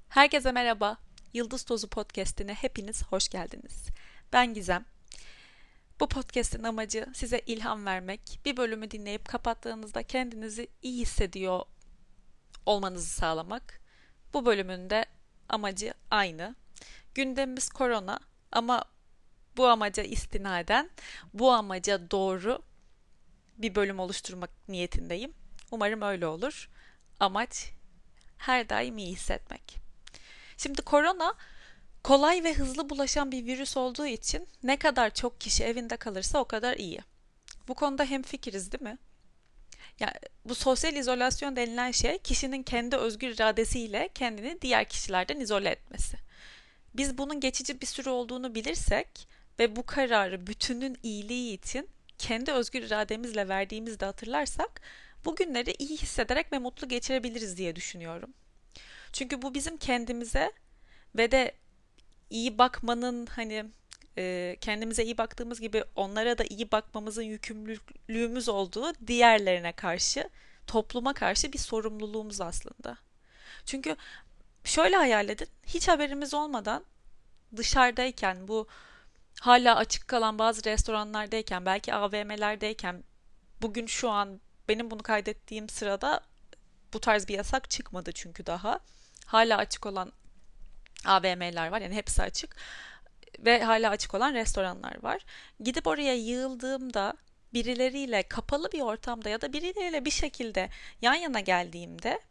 Herkese merhaba. Yıldız Tozu Podcast'ine hepiniz hoş geldiniz. Ben Gizem. Bu podcast'in amacı size ilham vermek, bir bölümü dinleyip kapattığınızda kendinizi iyi hissediyor olmanızı sağlamak. Bu bölümün de amacı aynı. Gündemimiz korona ama bu amaca istinaden, bu amaca doğru bir bölüm oluşturmak niyetindeyim. Umarım öyle olur. Amaç her daim iyi hissetmek. Şimdi korona kolay ve hızlı bulaşan bir virüs olduğu için ne kadar çok kişi evinde kalırsa o kadar iyi. Bu konuda hemfikiriz değil mi? Yani bu sosyal izolasyon denilen şey kişinin kendi özgür iradesiyle kendini diğer kişilerden izole etmesi. Biz bunun geçici bir süre olduğunu bilirsek ve bu kararı bütünün iyiliği için kendi özgür irademizle verdiğimizde hatırlarsak bu günleri iyi hissederek ve mutlu geçirebiliriz diye düşünüyorum. Çünkü bu bizim kendimize ve de iyi bakmanın kendimize iyi baktığımız gibi onlara da iyi bakmamızın yükümlülüğümüz olduğu diğerlerine karşı, topluma karşı bir sorumluluğumuz aslında. Çünkü şöyle hayal edin, hiç haberimiz olmadan dışarıdayken bu hala açık kalan bazı restoranlardayken, belki AVM'lerdeyken bugün şu an benim bunu kaydettiğim sırada bu tarz bir yasak çıkmadı çünkü daha. Hala açık olan AVM'ler var yani hepsi açık. Ve hala açık olan restoranlar var. Gidip oraya yığıldığımda birileriyle kapalı bir ortamda ya da birileriyle bir şekilde yan yana geldiğimde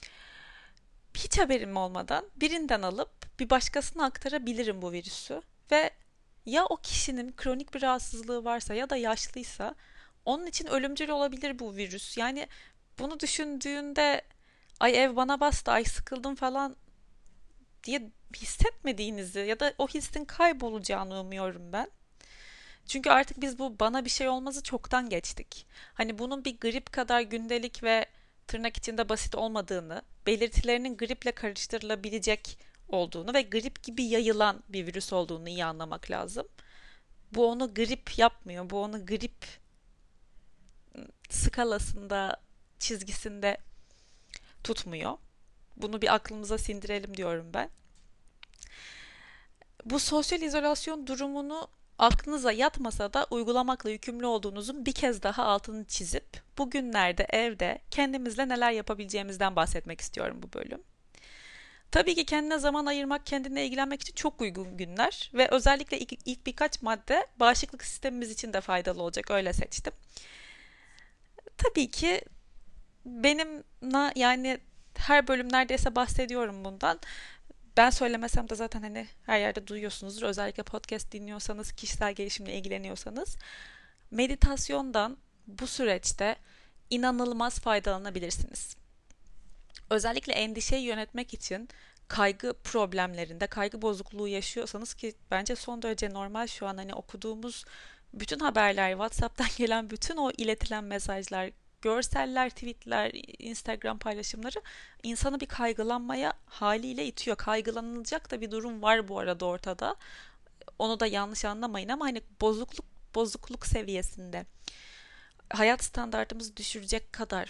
hiç haberim olmadan birinden alıp bir başkasına aktarabilirim bu virüsü ve ya o kişinin kronik bir rahatsızlığı varsa ya da yaşlıysa onun için ölümcül olabilir bu virüs. Yani bunu düşündüğünde ay ev bana bastı, ay sıkıldım falan diye hissetmediğinizi ya da o hissin kaybolacağını umuyorum ben. Çünkü artık biz bu bana bir şey olmazı çoktan geçtik. Hani bunun bir grip kadar gündelik ve tırnak içinde basit olmadığını, belirtilerinin griple karıştırılabilecek olduğunu ve grip gibi yayılan bir virüs olduğunu iyi anlamak lazım. Bu onu grip yapmıyor. Bu onu grip skalasında, çizgisinde tutmuyor. Bunu bir aklımıza sindirelim diyorum ben. Bu sosyal izolasyon durumunu aklınıza yatmasa da uygulamakla yükümlü olduğunuzun bir kez daha altını çizip bugünlerde evde kendimizle neler yapabileceğimizden bahsetmek istiyorum bu bölüm. Tabii ki kendine zaman ayırmak, kendine ilgilenmek için çok uygun günler ve özellikle ilk birkaç madde bağışıklık sistemimiz için de faydalı olacak, öyle seçtim. Tabii ki benim yani her bölüm neredeyse bahsediyorum bundan. Ben söylemesem de zaten hani her yerde duyuyorsunuzdur. Özellikle podcast dinliyorsanız, kişisel gelişimle ilgileniyorsanız. Meditasyondan bu süreçte inanılmaz faydalanabilirsiniz. Özellikle endişeyi yönetmek için kaygı problemlerinde, kaygı bozukluğu yaşıyorsanız ki bence son derece normal şu an hani okuduğumuz bütün haberler, WhatsApp'tan gelen bütün o iletilen mesajlar, görseller, tweetler, Instagram paylaşımları insanı bir kaygılanmaya haliyle itiyor. Kaygılanılacak da bir durum var bu arada ortada. Onu da yanlış anlamayın ama hani bozukluk seviyesinde hayat standartımızı düşürecek kadar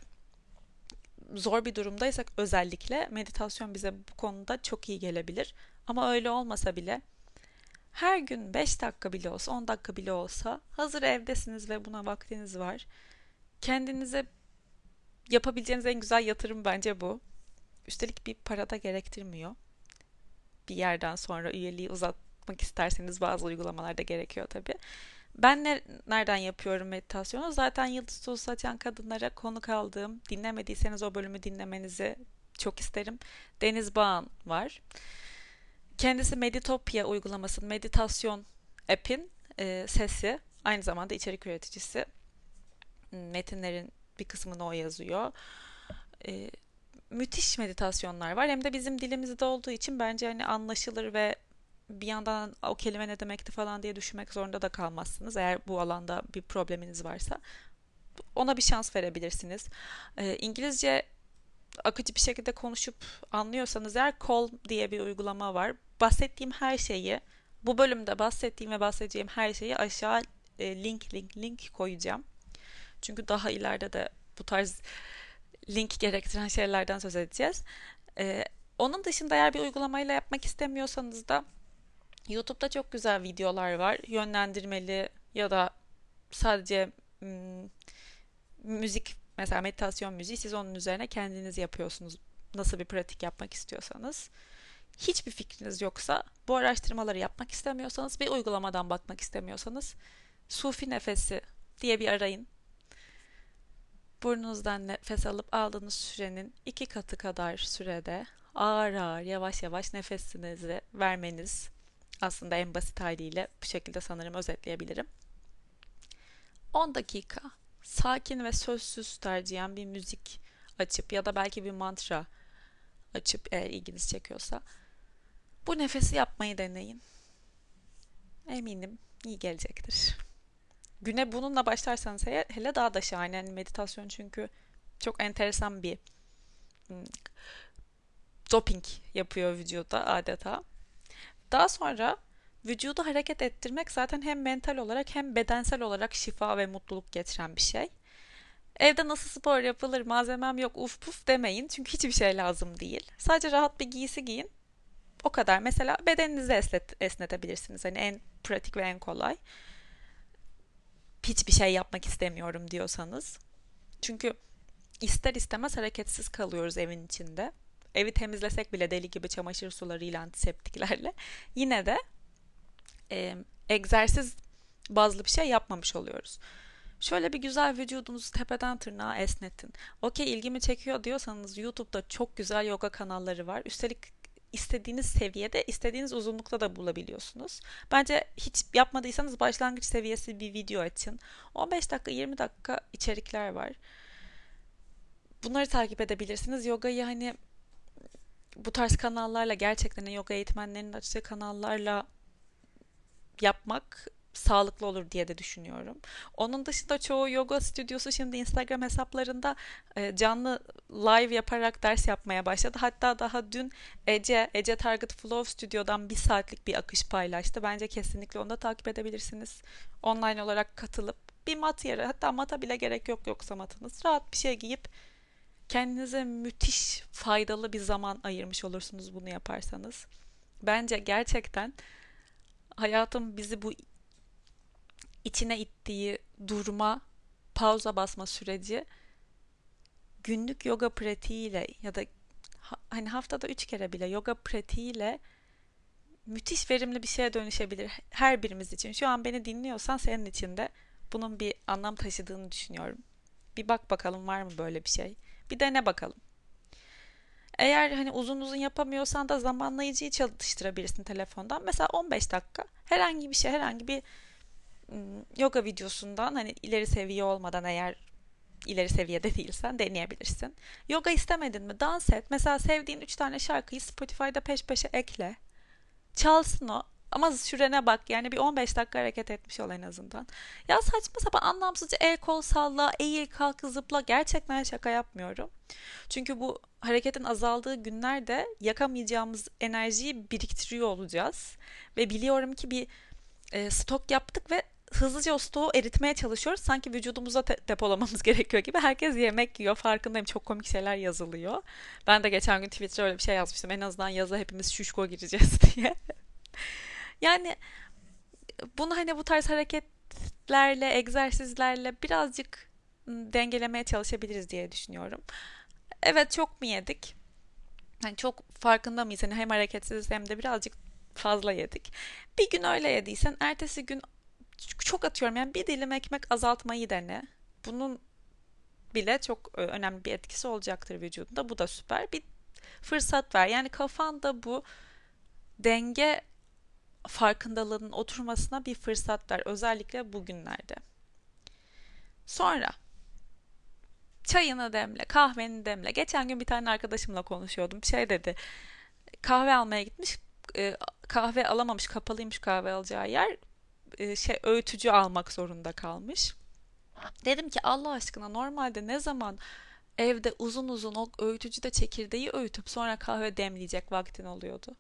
zor bir durumdaysak özellikle meditasyon bize bu konuda çok iyi gelebilir. Ama öyle olmasa bile her gün 5 dakika bile olsa 10 dakika bile olsa hazır evdesiniz ve buna vaktiniz var. Kendinize yapabileceğiniz en güzel yatırım bence bu. Üstelik bir para da gerektirmiyor. Bir yerden sonra üyeliği uzatmak isterseniz bazı uygulamalarda gerekiyor tabii. Ben nereden yapıyorum meditasyonu? Zaten Yıldız Tozu Saçan Kadınlara konuk aldığım, dinlemediyseniz o bölümü dinlemenizi çok isterim. Deniz Bağan var. Kendisi Meditopia uygulamasının meditasyon app'in sesi. Aynı zamanda içerik üreticisi. Metinlerin bir kısmını o yazıyor. E, Müthiş meditasyonlar var. Hem de bizim dilimizde olduğu için bence hani anlaşılır ve bir yandan o kelime ne demekti falan diye düşünmek zorunda da kalmazsınız. Eğer bu alanda bir probleminiz varsa ona bir şans verebilirsiniz. İngilizce akıcı bir şekilde konuşup anlıyorsanız eğer Calm diye bir uygulama var. Bahsettiğim her şeyi, bu bölümde bahsettiğim ve bahsedeceğim her şeyi aşağı link koyacağım. Çünkü daha ileride de bu tarz link gerektiren şeylerden söz edeceğiz. Onun dışında eğer bir uygulamayla yapmak istemiyorsanız da YouTube'da çok güzel videolar var. Yönlendirmeli ya da sadece mm, müzik, mesela meditasyon müziği, siz onun üzerine kendiniz yapıyorsunuz. Nasıl bir pratik yapmak istiyorsanız. Hiçbir fikriniz yoksa, bu araştırmaları yapmak istemiyorsanız, bir uygulamadan bakmak istemiyorsanız Sufi Nefesi diye bir arayın. Burnunuzdan nefes alıp aldığınız sürenin 2 katı kadar sürede ağır ağır yavaş yavaş nefesinizi vermeniz, aslında en basit haliyle bu şekilde sanırım özetleyebilirim. 10 dakika sakin ve sözsüz tercihen bir müzik açıp ya da belki bir mantra açıp, eğer ilginiz çekiyorsa, bu nefesi yapmayı deneyin. Eminim iyi gelecektir. Güne bununla başlarsanız hele daha da şahane. Yani meditasyon çünkü çok enteresan bir hmm, doping yapıyor vücuda adeta. Daha sonra vücudu hareket ettirmek zaten hem mental olarak hem bedensel olarak şifa ve mutluluk getiren bir şey. Evde nasıl spor yapılır, malzemem yok, uf puf demeyin. Çünkü hiçbir şey lazım değil. Sadece rahat bir giysi giyin. O kadar. Mesela bedeninizi esnetebilirsiniz. Hani en pratik ve en kolay. Hiçbir şey yapmak istemiyorum diyorsanız. Çünkü ister istemez hareketsiz kalıyoruz evin içinde. Evi temizlesek bile deli gibi çamaşır sularıyla, antiseptiklerle, yine de egzersiz bazlı bir şey yapmamış oluyoruz. Şöyle bir güzel vücudunuzu tepeden tırnağa esnetin. Okey, ilgimi çekiyor diyorsanız YouTube'da çok güzel yoga kanalları var. Üstelik istediğiniz seviyede, istediğiniz uzunlukta da bulabiliyorsunuz. Bence hiç yapmadıysanız başlangıç seviyesi bir video açın. 15 dakika, 20 dakika içerikler var. Bunları takip edebilirsiniz. Yogayı hani bu tarz kanallarla, gerçekten yoga eğitmenlerinin açtığı kanallarla yapmak sağlıklı olur diye de düşünüyorum. Onun dışında çoğu yoga stüdyosu şimdi Instagram hesaplarında canlı live yaparak ders yapmaya başladı. Hatta daha dün Ece Target Flow Stüdyo'dan 1 saatlik bir akış paylaştı. Bence kesinlikle onu da takip edebilirsiniz. Online olarak katılıp bir mat yere, hatta mata bile gerek yok yoksa matınız, rahat bir şey giyip kendinize müthiş faydalı bir zaman ayırmış olursunuz bunu yaparsanız. Bence gerçekten hayatın bizi bu içine ittiği durma, pauza basma süreci günlük yoga pratiğiyle ya da hani haftada 3 kere bile yoga pratiğiyle müthiş verimli bir şeye dönüşebilir her birimiz için. Şu an beni dinliyorsan senin için de bunun bir anlam taşıdığını düşünüyorum. Bir bak bakalım, var mı böyle bir şey? Bir dene bakalım. Eğer hani uzun uzun yapamıyorsan da zamanlayıcıyı çalıştırabilirsin telefondan. Mesela 15 dakika herhangi bir şey, herhangi bir yoga videosundan, hani ileri seviye olmadan, eğer ileri seviyede değilsen deneyebilirsin. Yoga istemedin mi? Dans et. Mesela sevdiğin 3 tane şarkıyı Spotify'da peş peşe ekle. Çalsın o. Ama sürene bak, yani bir 15 dakika hareket etmiş ol en azından. Ya saçma sapan anlamsızca el kol salla, eğil kalk zıpla, gerçekten şaka yapmıyorum. Çünkü bu hareketin azaldığı günlerde yakamayacağımız enerjiyi biriktiriyor olacağız. Ve biliyorum ki bir stok yaptık ve hızlıca o stoğu eritmeye çalışıyoruz. Sanki vücudumuza depolamamız gerekiyor gibi. Herkes yemek yiyor, farkındayım. Çok komik şeyler yazılıyor. Ben de geçen gün Twitter'da öyle bir şey yazmıştım. En azından yaza hepimiz şuşko gireceğiz diye. Yani bunu hani bu tarz hareketlerle, egzersizlerle birazcık dengelemeye çalışabiliriz diye düşünüyorum. Evet, çok mu yedik? Yani çok farkında mıyız? Hani hem hareketsiz hem de birazcık fazla yedik. Bir gün öyle yediysen ertesi gün, çok atıyorum yani, bir dilim ekmek azaltmayı dene. Bunun bile çok önemli bir etkisi olacaktır vücudunda. Bu da süper. Bir fırsat ver. Yani kafanda bu denge farkındalığının oturmasına bir fırsat ver. Özellikle bugünlerde. Sonra çayını demle, kahveni demle. Geçen gün bir tane arkadaşımla konuşuyordum. Şey dedi, kahve almaya gitmiş. Kahve alamamış, kapalıymış kahve alacağı yer. Öğütücü almak zorunda kalmış. Dedim ki Allah aşkına, normalde ne zaman evde uzun uzun o öğütücüde çekirdeği öğütüp sonra kahve demleyecek vaktin oluyordu.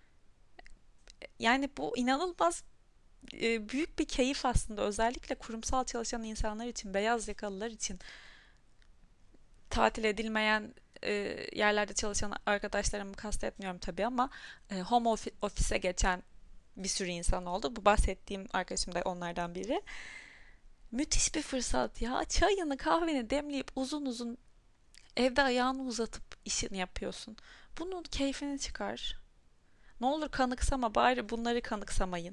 Yani bu inanılmaz büyük bir keyif aslında, özellikle kurumsal çalışan insanlar için, beyaz yakalılar için, tatil edilmeyen yerlerde çalışan arkadaşlarımı kastetmiyorum tabii ama home office'e geçen bir sürü insan oldu. Bu bahsettiğim arkadaşım da onlardan biri. Müthiş bir fırsat ya. Çayını kahveni demleyip uzun uzun evde ayağını uzatıp işini yapıyorsun. Bunun keyfini çıkar. Ne olur kanıksama, bari bunları kanıksamayın.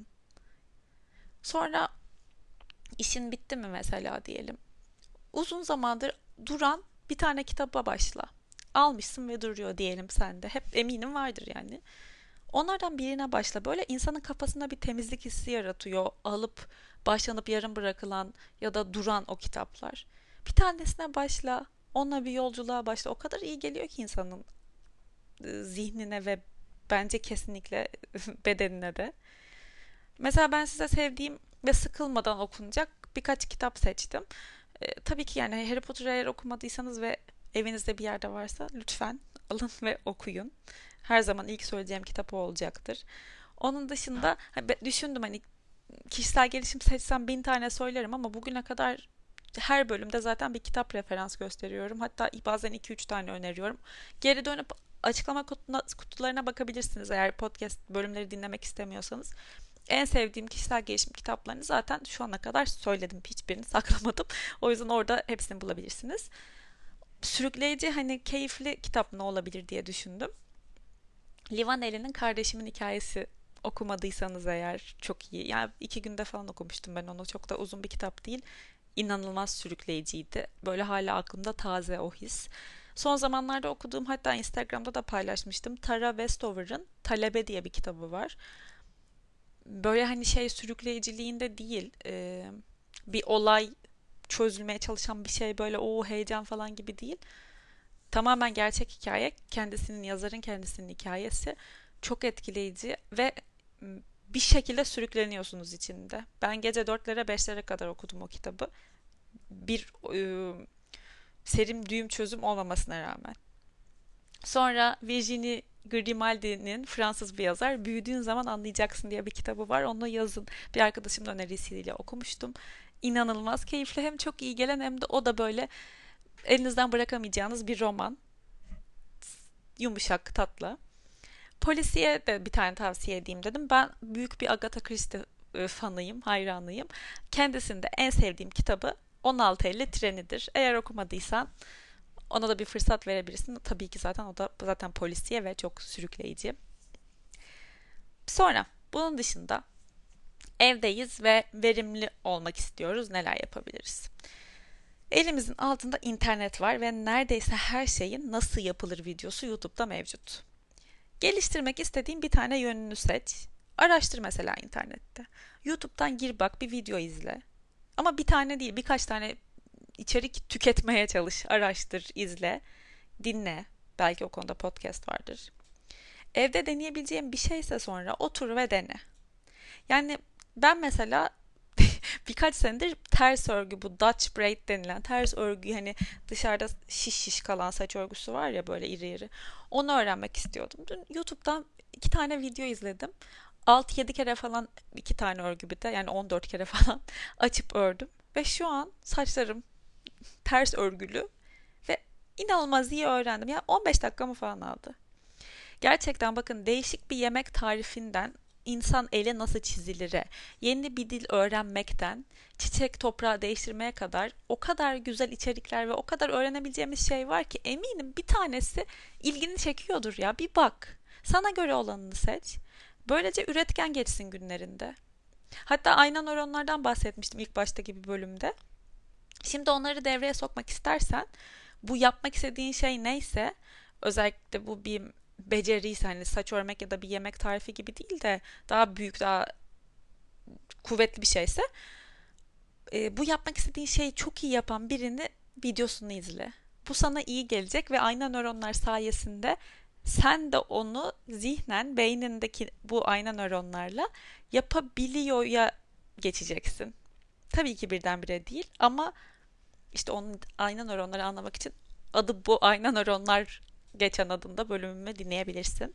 Sonra işin bitti mi mesela diyelim. Uzun zamandır duran bir tane kitaba başla. Almışsın ve duruyor diyelim sende. Hep eminim vardır yani. Onlardan birine başla. Böyle insanın kafasında bir temizlik hissi yaratıyor. Alıp başlanıp yarım bırakılan ya da duran o kitaplar. Bir tanesine başla. Onunla bir yolculuğa başla. O kadar iyi geliyor ki insanın zihnine ve bence kesinlikle bedenine de. Mesela ben size sevdiğim ve sıkılmadan okunacak birkaç kitap seçtim. Tabii ki yani Harry Potter'ı eğer okumadıysanız ve evinizde bir yerde varsa lütfen alın ve okuyun. Her zaman ilk söyleyeceğim kitap o olacaktır. Onun dışında düşündüm hani kişisel gelişim seçsem 1000 tane söylerim ama bugüne kadar her bölümde zaten bir kitap referans gösteriyorum. Hatta bazen 2-3 tane öneriyorum. Geri dönüp açıklama kutularına bakabilirsiniz eğer podcast bölümleri dinlemek istemiyorsanız. En sevdiğim kişisel gelişim kitaplarını zaten şu ana kadar söyledim. Hiçbirini saklamadım. O yüzden orada hepsini bulabilirsiniz. Sürükleyici hani keyifli kitap ne olabilir diye düşündüm. Livaneli'nin Kardeşimin Hikayesi okumadıysanız eğer çok iyi. Yani 2 günde falan okumuştum ben onu. Çok da uzun bir kitap değil. İnanılmaz sürükleyiciydi. Böyle hala aklımda taze o his. Son zamanlarda okuduğum, hatta Instagram'da da paylaşmıştım, Tara Westover'ın Talebe diye bir kitabı var. Böyle hani sürükleyiciliğinde değil, bir olay çözülmeye çalışan bir şey böyle o heyecan falan gibi değil. Tamamen gerçek hikaye. Yazarın kendisinin hikayesi. Çok etkileyici ve bir şekilde sürükleniyorsunuz içinde. Ben gece 4'lere 5'lere kadar okudum o kitabı. Bir serim düğüm çözüm olmamasına rağmen. Sonra Virginie Grimaldi'nin, Fransız bir yazar, Büyüdüğün Zaman Anlayacaksın diye bir kitabı var. Onu yazın bir arkadaşımın önerisiyle okumuştum. İnanılmaz keyifli, hem çok iyi gelen hem de o da böyle elinizden bırakamayacağınız bir roman. Yumuşak, tatlı. Polisiye de bir tane tavsiye edeyim dedim. Ben büyük bir Agatha Christie fanıyım, hayranıyım. Kendisinde en sevdiğim kitabı 1650 Trenidir. Eğer okumadıysan ona da bir fırsat verebilirsin. Tabii ki zaten o da zaten polisiye ve çok sürükleyici. Sonra bunun dışında evdeyiz ve verimli olmak istiyoruz. Neler yapabiliriz? Elimizin altında internet var ve neredeyse her şeyin nasıl yapılır videosu YouTube'da mevcut. Geliştirmek istediğin bir tane yönünü seç. Araştır mesela internette. YouTube'dan gir bak, bir video izle. Ama bir tane değil, birkaç tane içerik tüketmeye çalış. Araştır, izle, dinle. Belki o konuda podcast vardır. Evde deneyebileceğim bir şeyse sonra otur ve dene. Yani ben mesela birkaç senedir ters örgü, bu Dutch braid denilen ters örgü, hani dışarıda şiş kalan saç örgüsü var ya böyle iri iri. Onu öğrenmek istiyordum. Dün YouTube'dan 2 tane video izledim. 6-7 kere falan 2 tane örgü, bir de yani 14 kere falan açıp ördüm. Ve şu an saçlarım ters örgülü ve inanılmaz iyi öğrendim. Ya 15 dakikamı falan aldı. Gerçekten bakın, değişik bir yemek tarifinden insan eli nasıl çizilire, yeni bir dil öğrenmekten çiçek toprağı değiştirmeye kadar o kadar güzel içerikler ve o kadar öğrenebileceğimiz şey var ki eminim bir tanesi ilgini çekiyordur ya. Bir bak. Sana göre olanını seç. Böylece üretken geçsin günlerinde. Hatta ayna nöronlardan bahsetmiştim ilk baştaki bir bölümde. Şimdi onları devreye sokmak istersen, bu yapmak istediğin şey neyse, özellikle bu bir beceriyse, hani saç örmek ya da bir yemek tarifi gibi değil de daha büyük, daha kuvvetli bir şeyse, bu yapmak istediğin şeyi çok iyi yapan birini videosunu izle. Bu sana iyi gelecek ve ayna nöronlar sayesinde sen de onu zihnen beynindeki bu ayna nöronlarla yapabiliyor'ya geçeceksin. Tabii ki birdenbire değil ama işte onun ayna nöronları anlamak için adı bu ayna nöronlar geçen adında bölümümü dinleyebilirsin.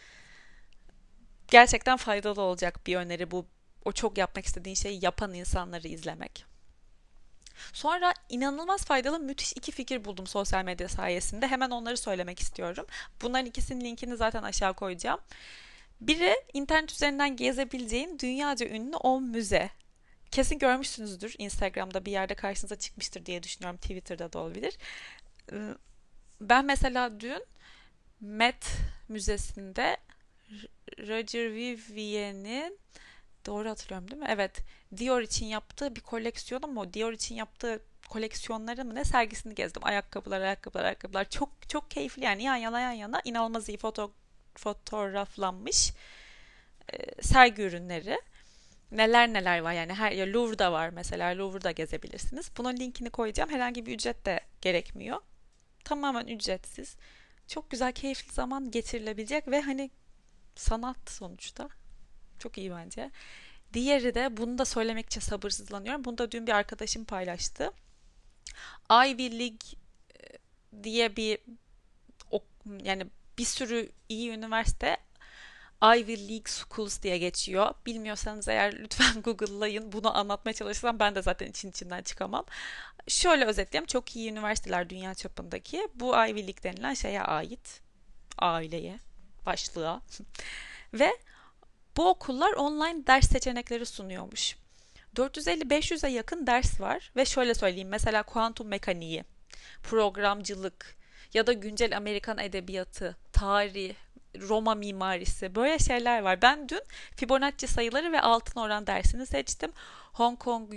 Gerçekten faydalı olacak bir öneri bu. O çok yapmak istediğin şeyi yapan insanları izlemek. Sonra inanılmaz faydalı müthiş 2 fikir buldum sosyal medya sayesinde. Hemen onları söylemek istiyorum. Bunların ikisinin linkini zaten aşağı koyacağım. Biri internet üzerinden gezebileceğin dünyaca ünlü 10 müze. Kesin görmüşsünüzdür. Instagram'da bir yerde karşınıza çıkmıştır diye düşünüyorum. Twitter'da da olabilir. Ben mesela dün Met Müzesi'nde Roger Vivian'in, doğru hatırlıyorum değil mi? Evet. Dior için yaptığı bir koleksiyon, ama o Dior için yaptığı koleksiyonları mı ne, sergisini gezdim. Ayakkabılar. Çok çok keyifli yani, yan yana yan yana inanılmaz iyi fotoğraflanmış sergi ürünleri. Neler neler var yani, her ya, Louvre'da var mesela, Louvre'da gezebilirsiniz. Bunun linkini koyacağım. Herhangi bir ücret de gerekmiyor. Tamamen ücretsiz. Çok güzel, keyifli zaman geçirilebilecek ve hani sanat sonuçta. Çok iyi bence. Diğeri de, bunu da söylemek için sabırsızlanıyorum. Bunu da dün bir arkadaşım paylaştı. Ivy League diye bir yani bir sürü iyi üniversite Ivy League Schools diye geçiyor. Bilmiyorsanız eğer lütfen Google'layın. Bunu anlatmaya çalışsam ben de zaten içinden çıkamam. Şöyle özetleyeyim. Çok iyi üniversiteler dünya çapındaki. Bu Ivy League denilen şeye ait. Aileye, başlığa. Ve bu okullar online ders seçenekleri sunuyormuş. 450-500'e yakın ders var ve şöyle söyleyeyim, mesela kuantum mekaniği, programcılık ya da güncel Amerikan edebiyatı, tarih, Roma mimarisi, böyle şeyler var. Ben dün Fibonacci sayıları ve altın oran dersini seçtim. Hong Kong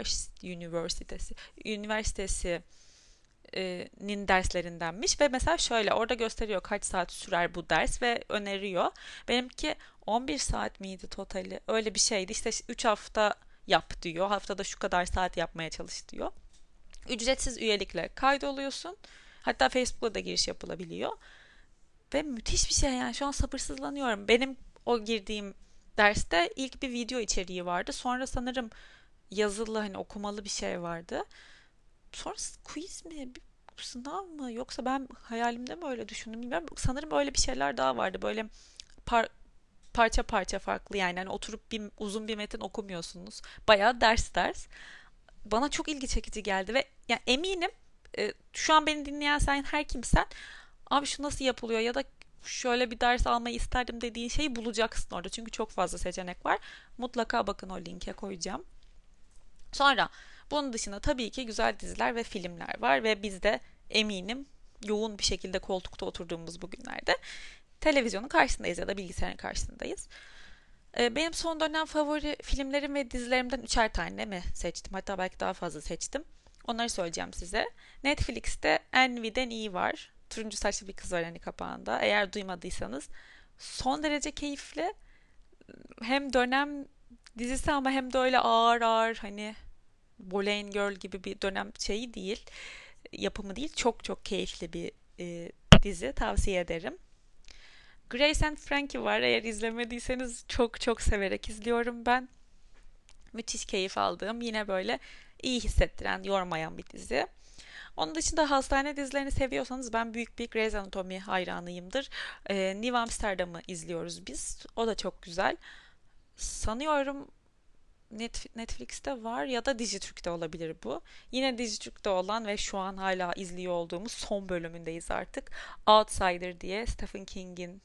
Üniversitesi nin derslerindenmiş ve mesela şöyle orada gösteriyor kaç saat sürer bu ders ve öneriyor. Benimki 11 saat miydi totali? Öyle bir şeydi. İşte 3 hafta yap diyor. Haftada şu kadar saat yapmaya çalış diyor. Ücretsiz üyelikle kaydoluyorsun. Hatta Facebook'la da giriş yapılabiliyor. Ve müthiş bir şey yani, şu an sabırsızlanıyorum. Benim o girdiğim derste ilk bir video içeriği vardı. Sonra sanırım yazılı, hani okumalı bir şey vardı. Sonra quiz mi? Sınav mı? Yoksa ben hayalimde mi öyle düşündüm bilmiyorum. Sanırım öyle bir şeyler daha vardı. Böyle par- parça parça farklı yani. Hani oturup uzun bir metin okumuyorsunuz. Bayağı ders. Bana çok ilgi çekici geldi ve yani eminim şu an beni dinleyen sen, her kimsen, abi şu nasıl yapılıyor ya da şöyle bir ders almayı isterdim dediğin şeyi bulacaksın orada. Çünkü çok fazla seçenek var. Mutlaka bakın, o linke koyacağım. Sonra bunun dışında tabii ki güzel diziler ve filmler var ve biz de eminim yoğun bir şekilde koltukta oturduğumuz bugünlerde televizyonun karşısındayız ya da bilgisayarın karşısındayız. Benim son dönem favori filmlerim ve dizilerimden üçer tane mi seçtim? Hatta belki daha fazla seçtim. Onları söyleyeceğim size. Netflix'te Envy'den iyi var. Turuncu saçlı bir kız var hani kapağında. Eğer duymadıysanız son derece keyifli. Hem dönem dizisi ama hem de öyle ağır ağır, hani Boleyn Girl gibi bir dönem şeyi değil. Yapımı değil. Çok çok keyifli bir dizi. Tavsiye ederim. Grace and Frankie var. Eğer izlemediyseniz çok çok severek izliyorum ben. Müthiş keyif aldığım, yine böyle iyi hissettiren, yormayan bir dizi. Onun dışında hastane dizilerini seviyorsanız, ben büyük bir Grey's Anatomy hayranıyımdır. New Amsterdam'ı izliyoruz biz. O da çok güzel. Sanıyorum Netflix'te var ya da Dijitürk'te olabilir bu. Yine Dijitürk'te olan ve şu an hala izliyor olduğumuz son bölümündeyiz artık. Outsider diye Stephen King'in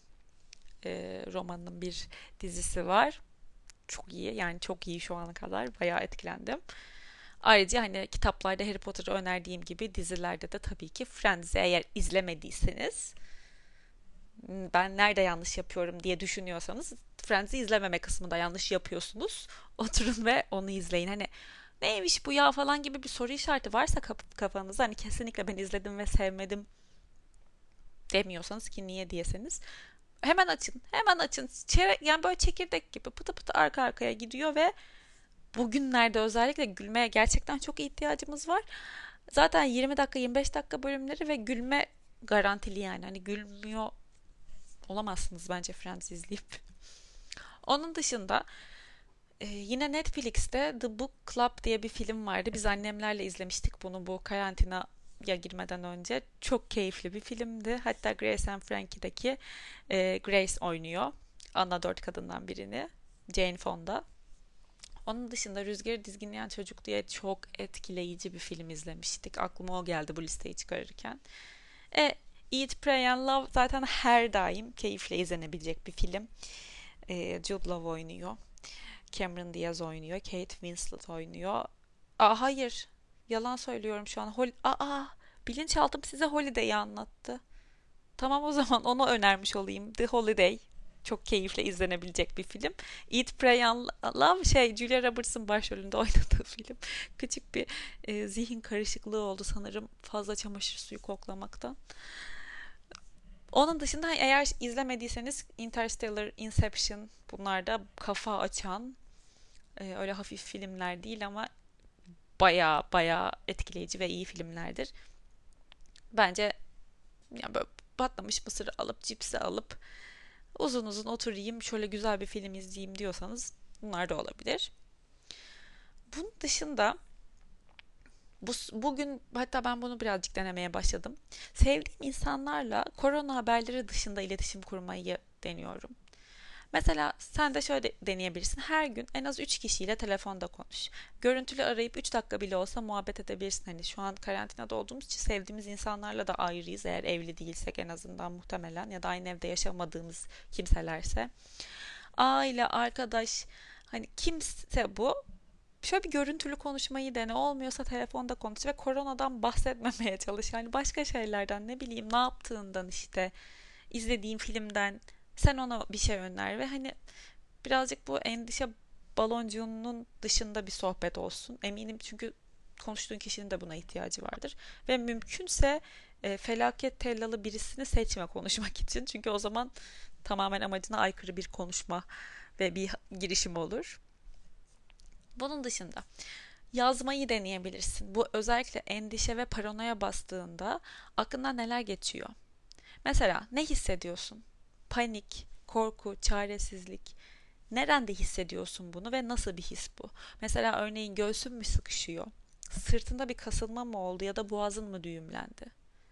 romanının bir dizisi var. Çok iyi yani, çok iyi şu ana kadar. Bayağı etkilendim. Ayrıca hani kitaplarda Harry Potter'ı önerdiğim gibi dizilerde de tabii ki Friends'i eğer izlemediyseniz, ben nerede yanlış yapıyorum diye düşünüyorsanız, Friends'i izlememe kısmında yanlış yapıyorsunuz. Oturun ve onu izleyin. Hani neymiş bu ya falan gibi bir soru işareti varsa kafanızda, hani kesinlikle ben izledim ve sevmedim demiyorsanız, ki niye diyeseniz, hemen açın. Hemen açın. Yani böyle çekirdek gibi pıtı pıtı arka arkaya gidiyor ve bugünlerde özellikle gülmeye gerçekten çok ihtiyacımız var. Zaten 20 dakika 25 dakika bölümleri ve gülme garantili yani. Hani gülmüyor olamazsınız bence Friends izleyip. Onun dışında yine Netflix'te The Book Club diye bir film vardı. Biz annemlerle izlemiştik bunu bu karantinaya girmeden önce. Çok keyifli bir filmdi. Hatta Grace and Frankie'deki Grace oynuyor. Ana dört kadından birini. Jane Fonda. Onun dışında Rüzgarı Dizginleyen Çocuk diye çok etkileyici bir film izlemiştik. Aklıma o geldi bu listeyi çıkarırken. E, Eat, Pray and Love zaten her daim keyifle izlenebilecek bir film. Jude Law oynuyor. Cameron Diaz oynuyor. Kate Winslet oynuyor. Hayır. Yalan söylüyorum şu an. Bilinçaltım size Holiday'i anlattı. Tamam, o zaman onu önermiş olayım. The Holiday. Çok keyifle izlenebilecek bir film. Eat, Pray and Love Julia Roberts'ın başrolünde oynadığı film. Küçük bir zihin karışıklığı oldu sanırım fazla çamaşır suyu koklamaktan. Onun dışında eğer izlemediyseniz Interstellar, Inception, bunlar da kafa açan öyle hafif filmler değil ama baya baya etkileyici ve iyi filmlerdir. Bence ya böyle patlamış mısır alıp cipsi alıp uzun uzun oturayım şöyle güzel bir film izleyeyim diyorsanız bunlar da olabilir. Bunun dışında bugün hatta ben bunu birazcık denemeye başladım. Sevdiğim insanlarla korona haberleri dışında iletişim kurmayı deniyorum. Mesela sen de şöyle deneyebilirsin. Her gün en az 3 kişiyle telefonda konuş. Görüntülü arayıp 3 dakika bile olsa muhabbet edebilirsin. Hani şu an karantinada olduğumuz için sevdiğimiz insanlarla da ayrıyız. Eğer evli değilsek en azından muhtemelen ya da aynı evde yaşamadığımız kimselerse. Aile, arkadaş, hani kimse bu. Şöyle bir görüntülü konuşmayı dene. Olmuyorsa telefonda konuş ve koronadan bahsetmemeye çalış. Yani başka şeylerden, ne bileyim, ne yaptığından, işte izlediğin filmden sen ona bir şey öner ve hani birazcık bu endişe baloncuğunun dışında bir sohbet olsun. Eminim çünkü konuştuğun kişinin de buna ihtiyacı vardır. Ve mümkünse felaket tellalı birisini seçme konuşmak için. Çünkü o zaman tamamen amacına aykırı bir konuşma ve bir girişim olur. Bunun dışında yazmayı deneyebilirsin. Bu özellikle endişe ve paranoya bastığında aklından neler geçiyor? Mesela ne hissediyorsun? Panik, korku, çaresizlik. Nerede hissediyorsun bunu ve nasıl bir his bu? Mesela örneğin göğsün mü sıkışıyor? Sırtında bir kasılma mı oldu ya da boğazın mı düğümlendi?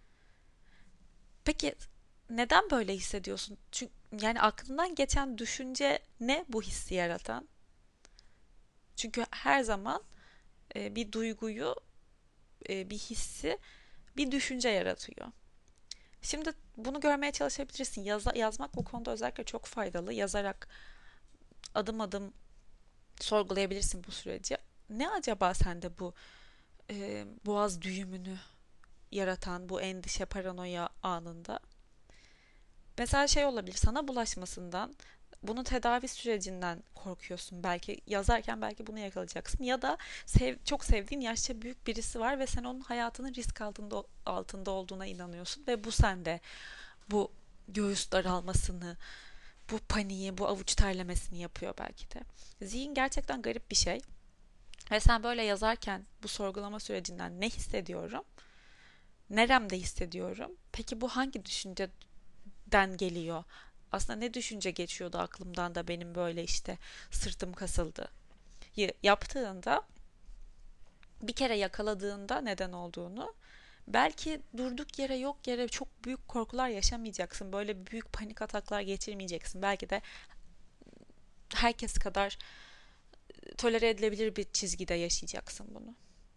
Peki neden böyle hissediyorsun? Çünkü yani aklından geçen düşünce ne bu hissi yaratan? Çünkü her zaman bir duyguyu, bir hissi, bir düşünce yaratıyor. Şimdi bunu görmeye çalışabilirsin. Yazmak bu konuda özellikle çok faydalı. Yazarak adım adım sorgulayabilirsin bu süreci. Ne acaba sende bu boğaz düğümünü yaratan bu endişe, paranoya anında? Mesela olabilir, sana bulaşmasından, bunun tedavi sürecinden korkuyorsun. Belki yazarken belki bunu yakalayacaksın. Ya da çok sevdiğin yaşça büyük birisi var ve sen onun hayatının risk altında olduğuna inanıyorsun. Ve bu sende bu göğüs daralmasını, bu paniği, bu avuç terlemesini yapıyor belki de. Zihin gerçekten garip bir şey. Ve sen böyle yazarken bu sorgulama sürecinden ne hissediyorum? Neremde hissediyorum? Peki bu hangi düşünceden geliyor? Aslında ne düşünce geçiyordu aklımdan da benim böyle işte sırtım kasıldı yaptığında, bir kere yakaladığında neden olduğunu, belki durduk yere yok yere çok büyük korkular yaşamayacaksın. Böyle büyük panik ataklar geçirmeyeceksin. Belki de herkes kadar tolere edilebilir bir çizgide yaşayacaksın bunu.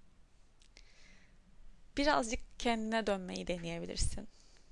Birazcık kendine dönmeyi deneyebilirsin.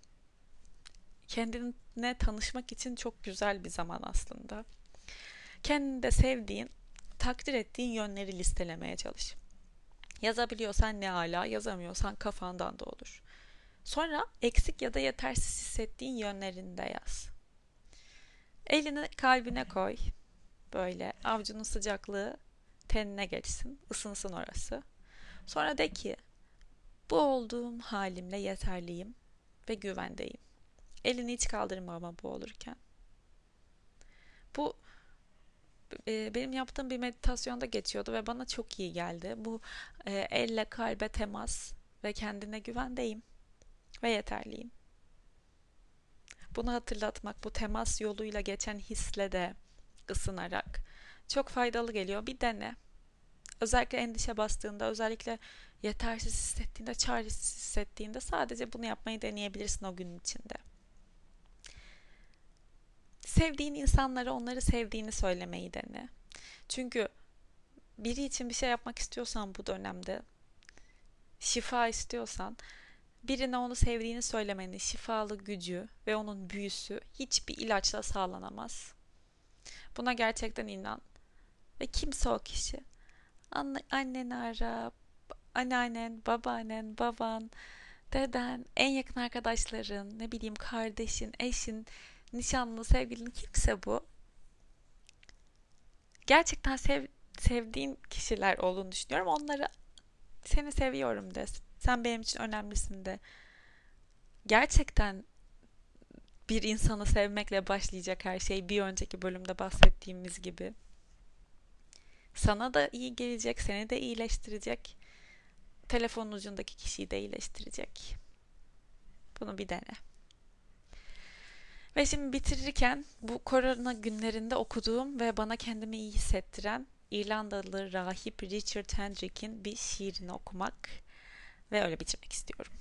Kendine tanışmak için çok güzel bir zaman aslında. Kendinde sevdiğin, takdir ettiğin yönleri listelemeye çalış. Yazabiliyorsan ne ala, yazamıyorsan kafandan da olur. Sonra eksik ya da yetersiz hissettiğin yönlerini de yaz. Elini kalbine koy. Böyle avucunun sıcaklığı tenine geçsin, ısınsın orası. Sonra de ki, bu olduğum halimle yeterliyim ve güvendeyim. Elini hiç kaldırma ama bu olurken. Bu benim yaptığım bir meditasyonda geçiyordu ve bana çok iyi geldi. Bu elle kalbe temas ve kendine güvendeyim ve yeterliyim. Bunu hatırlatmak, bu temas yoluyla geçen hisle de ısınarak çok faydalı geliyor. Bir dene. Özellikle endişe bastığında, özellikle yetersiz hissettiğinde, çaresiz hissettiğinde sadece bunu yapmayı deneyebilirsin o günün içinde. Sevdiğin insanlara onları sevdiğini söylemeyi dene. Çünkü biri için bir şey yapmak istiyorsan bu dönemde, şifa istiyorsan, birine onu sevdiğini söylemenin şifalı gücü ve onun büyüsü hiçbir ilaçla sağlanamaz. Buna gerçekten inan. Ve kimse o kişi. Anneni ara, anneannen, babaannen, baban, deden, en yakın arkadaşların, ne bileyim kardeşin, eşin, nişanlı, sevgilin, kimse bu. Gerçekten sevdiğin kişiler olduğunu düşünüyorum. Onları seni seviyorum de. Sen benim için önemlisin de. Gerçekten bir insanı sevmekle başlayacak her şey, bir önceki bölümde bahsettiğimiz gibi. Sana da iyi gelecek, seni de iyileştirecek. Telefonun ucundaki kişiyi de iyileştirecek. Bunu bir dene. Ve şimdi bitirirken bu korona günlerinde okuduğum ve bana kendimi iyi hissettiren İrlandalı rahip Richard Hendrick'in bir şiirini okumak ve öyle bitirmek istiyorum.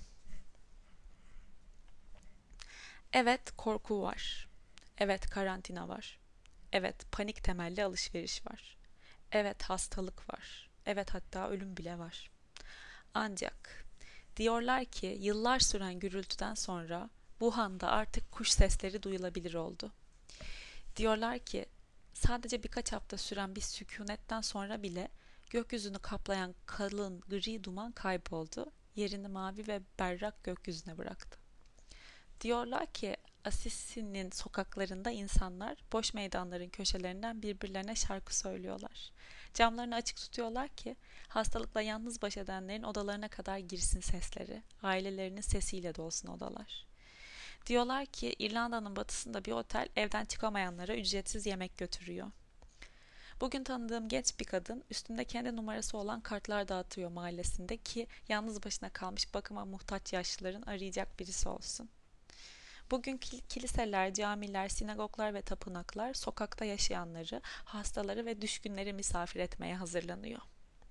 Evet, korku var. Evet, karantina var. Evet, panik temelli alışveriş var. Evet, hastalık var. Evet, hatta ölüm bile var. Ancak diyorlar ki yıllar süren gürültüden sonra Wuhan'da artık kuş sesleri duyulabilir oldu. Diyorlar ki sadece birkaç hafta süren bir sükunetten sonra bile gökyüzünü kaplayan kalın gri duman kayboldu, yerini mavi ve berrak gökyüzüne bıraktı. Diyorlar ki Assisi'nin sokaklarında insanlar boş meydanların köşelerinden birbirlerine şarkı söylüyorlar. Camlarını açık tutuyorlar ki hastalıkla yalnız baş edenlerin odalarına kadar girsin sesleri, ailelerinin sesiyle dolsun odalar. Diyorlar ki İrlanda'nın batısında bir otel evden çıkamayanlara ücretsiz yemek götürüyor. Bugün tanıdığım genç bir kadın üstünde kendi numarası olan kartlar dağıtıyor mahallesinde ki yalnız başına kalmış bakıma muhtaç yaşlıların arayacak birisi olsun. Bugün kiliseler, camiler, sinagoglar ve tapınaklar sokakta yaşayanları, hastaları ve düşkünleri misafir etmeye hazırlanıyor.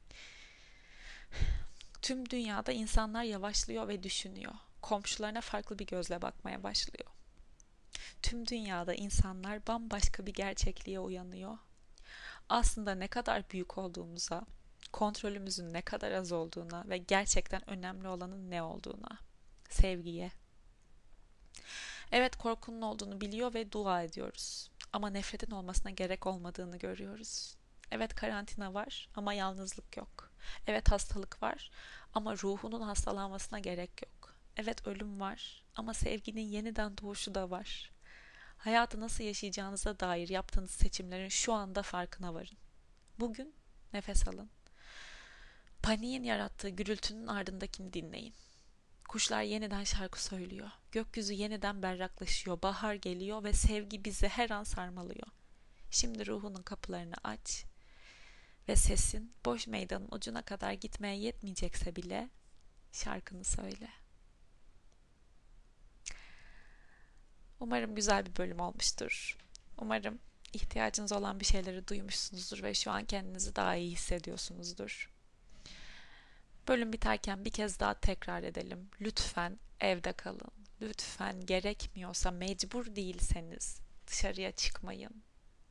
Tüm dünyada insanlar yavaşlıyor ve düşünüyor. Komşularına farklı bir gözle bakmaya başlıyor. Tüm dünyada insanlar bambaşka bir gerçekliğe uyanıyor. Aslında ne kadar büyük olduğumuza, kontrolümüzün ne kadar az olduğuna ve gerçekten önemli olanın ne olduğuna, sevgiye. Evet, korkunun olduğunu biliyor ve dua ediyoruz. Ama nefretin olmasına gerek olmadığını görüyoruz. Evet, karantina var ama yalnızlık yok. Evet, hastalık var ama ruhunun hastalanmasına gerek yok. Evet, ölüm var ama sevginin yeniden doğuşu da var. Hayatı nasıl yaşayacağınıza dair yaptığınız seçimlerin şu anda farkına varın. Bugün nefes alın. Paniğin yarattığı gürültünün ardındakini dinleyin. Kuşlar yeniden şarkı söylüyor. Gökyüzü yeniden berraklaşıyor. Bahar geliyor ve sevgi bizi her an sarmalıyor. Şimdi ruhunun kapılarını aç ve sesin boş meydanın ucuna kadar gitmeye yetmeyecekse bile şarkını söyle. Umarım güzel bir bölüm olmuştur. Umarım ihtiyacınız olan bir şeyleri duymuşsunuzdur ve şu an kendinizi daha iyi hissediyorsunuzdur. Bölüm biterken bir kez daha tekrar edelim. Lütfen evde kalın. Lütfen gerekmiyorsa, mecbur değilseniz dışarıya çıkmayın.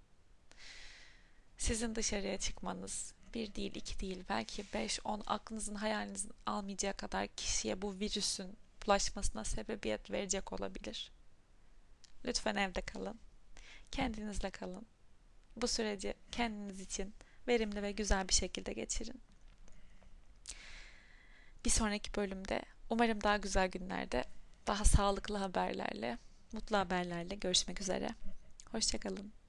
Sizin dışarıya çıkmanız bir değil, iki değil, belki 5, 10 aklınızın hayalinizin almayacağı kadar kişiye bu virüsün bulaşmasına sebebiyet verecek olabilir. Lütfen evde kalın. Kendinizle kalın. Bu süreci kendiniz için verimli ve güzel bir şekilde geçirin. Bir sonraki bölümde umarım daha güzel günlerde, daha sağlıklı haberlerle, mutlu haberlerle görüşmek üzere. Hoşça kalın.